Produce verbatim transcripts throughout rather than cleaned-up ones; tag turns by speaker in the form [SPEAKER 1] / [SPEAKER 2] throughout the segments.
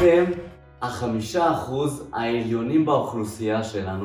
[SPEAKER 1] אתם החמישה אחוז העליונים באוכלוסייה שלנו.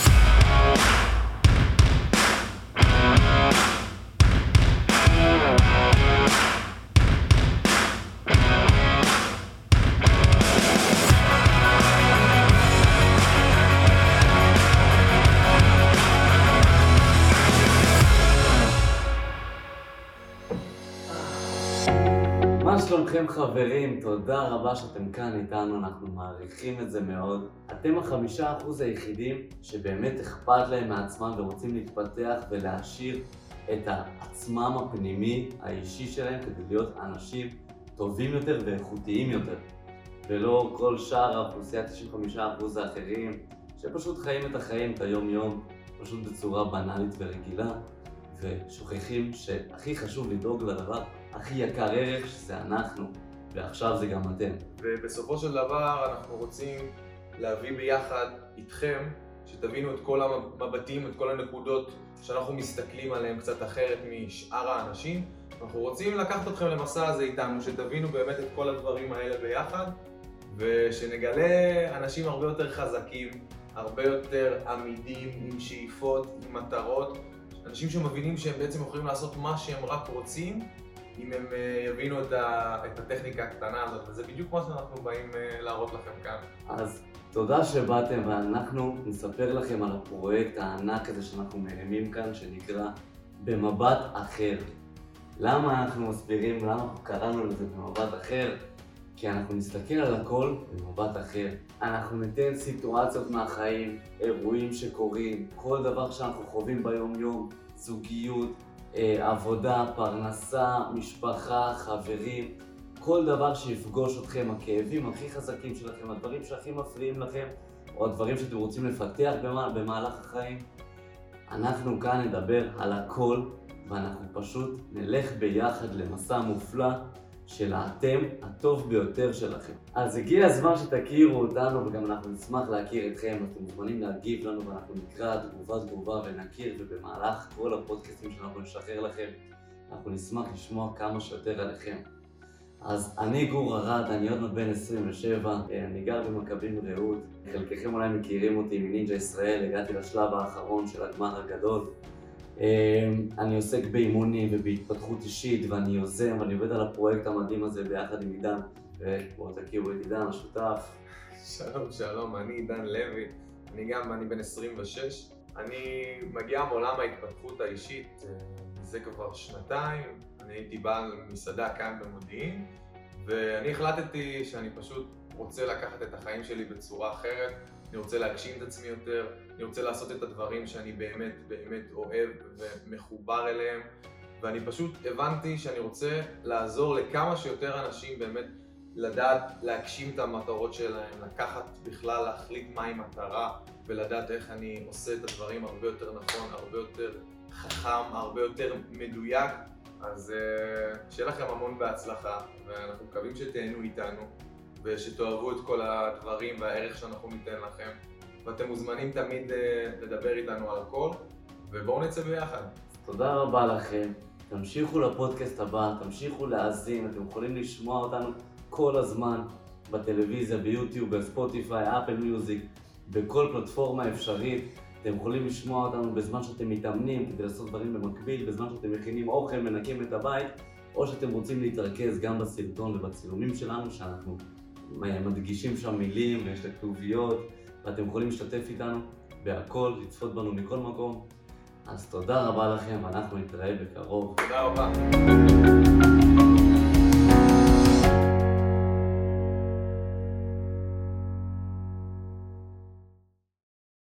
[SPEAKER 1] מה שלומכם חברים? תודה רבה שאתם כאן איתנו, אנחנו מעריכים את זה מאוד. אתם החמישה אחוז היחידים שבאמת אכפת להם מעצמם ורוצים להתפתח ולהשאיר את עצמם הפנימי, האישי שלהם, כדי להיות אנשים טובים יותר ואיכותיים יותר. ולא כל שאר האוכלוסייה, תשעים וחמישה אחוז האחרים, שפשוט חיים את החיים, את היום יום, פשוט בצורה בנאלית ורגילה, ושוכחים שהכי חשוב לדאוג לדבר הכי יקר ערך, שזה אנחנו, ועכשיו זה גם אתם.
[SPEAKER 2] ובסופו של דבר אנחנו רוצים להביא ביחד איתכם, שתבינו את כל המבטים, את כל הנקודות שאנחנו מסתכלים עליהם קצת אחרת משאר האנשים. אנחנו רוצים לקחת אתכם למסע הזה איתנו, שתבינו באמת את כל הדברים האלה ביחד, ושנגלה אנשים הרבה יותר חזקים, הרבה יותר עמידים, עם שאיפות, עם מטרות, אנשים שמבינים שהם בעצם יכולים לעשות מה שהם רק רוצים, אם הם יבינו את, ה, את הטכניקה הקטנה הזאת, וזה בדיוק מה שאנחנו באים להראות לכם כאן.
[SPEAKER 1] אז תודה שבאתם, ואנחנו נספר לכם על הפרויקט הענק הזה שאנחנו מרימים כאן, שנקרא במבט אחר. למה אנחנו מסבירים, למה אנחנו קראנו לזה במבט אחר? כי אנחנו נסתכל על הכל במבט אחר. אנחנו ניתן סיטואציות מהחיים, אירועים שקורים, כל דבר שאנחנו חווים ביום יום, זוגיות, עבודה, פרנסה, משפחה, חברים, כל דבר שיפגוש אתכם, הכאבים הכי חזקים שלכם, הדברים שהכי מפריעים לכם, או הדברים שאתם רוצים לפתח במהלך החיים. אנחנו כאן נדבר על הכל, ואנחנו פשוט נלך ביחד למסע מופלא של האתם הטוב ביותר שלכם. אז הגיע הזמן שתכירו אותנו, וגם אנחנו נשמח להכיר אתכם. אתם מוזמנים להגיב לנו, ואנחנו נקרא תגובה תגובה ונכיר, ובמהלך כל הפודקאסטים שאנחנו נשחרר לכם, אנחנו נשמח לשמוע כמה שיותר עליכם. אז אני גור ארד, אני עוד מעט בן עשרים ושבע, אני גר במכבים רעות. חלקכם אולי מכירים אותי מנינג'ה ישראל, הגעתי לשלב האחרון של הגמר הגדול. אני עוסק באימונים ובהתפתחות אישית, ואני יוזם ואני עובד על הפרויקט המדהים הזה ביחד עם עידן. ובואו תכירו את עידן השותף.
[SPEAKER 2] שלום שלום, אני עידן לוי, אני גם, אני בן עשרים ושש. אני מגיע מעולם ההתפתחות האישית זה כבר שנתיים. אני הייתי בעל מסעדה כאן במודיעין, ואני החלטתי שאני פשוט רוצה לקחת את החיים שלי בצורה אחרת. אני רוצה להגשים את עצמי יותר, אני רוצה לעשות את הדברים שאני באמת באמת אוהב ומחובר אליהם, ואני פשוט הבנתי שאני רוצה לעזור לכמה שיותר אנשים באמת לדעת להגשים את המטרות שלהם, לקחת בכלל, להחליט מהי מטרה, ולדעת איך אני עושה את הדברים הרבה יותר נכון, הרבה יותר חכם, הרבה יותר מדויק. אז שיהיה לכם המון בהצלחה, ואנחנו מקווים שתהנו איתנו ושתאהבו את כל הדברים והערך שאנחנו ניתן לכם, ואתם מוזמנים תמיד לדבר איתנו על הכל, ובואו נצא ביחד.
[SPEAKER 1] תודה רבה לכם, תמשיכו לפודקאסט הבא, תמשיכו להאזין, אתם יכולים לשמוע אותנו כל הזמן בטלוויזיה, ביוטיוב, בספוטיפיי, אפל מיוזיק, בכל פלטפורמה אפשרית. אתם יכולים לשמוע אותנו בזמן שאתם מתאמנים כדי לעשות דברים במקביל, בזמן שאתם מכינים אוכל, מנקים את הבית, או שאתם רוצים להתרכז גם בסרטון ובצילומים שלנו, שאנחנו מדגישים שם מילים ויש את הכתוביות, ואתם יכולים להשתתף איתנו בהכל, לצפות בנו מכל מקום. אז תודה רבה לכם, ואנחנו נתראה בקרוב.
[SPEAKER 2] תודה רבה.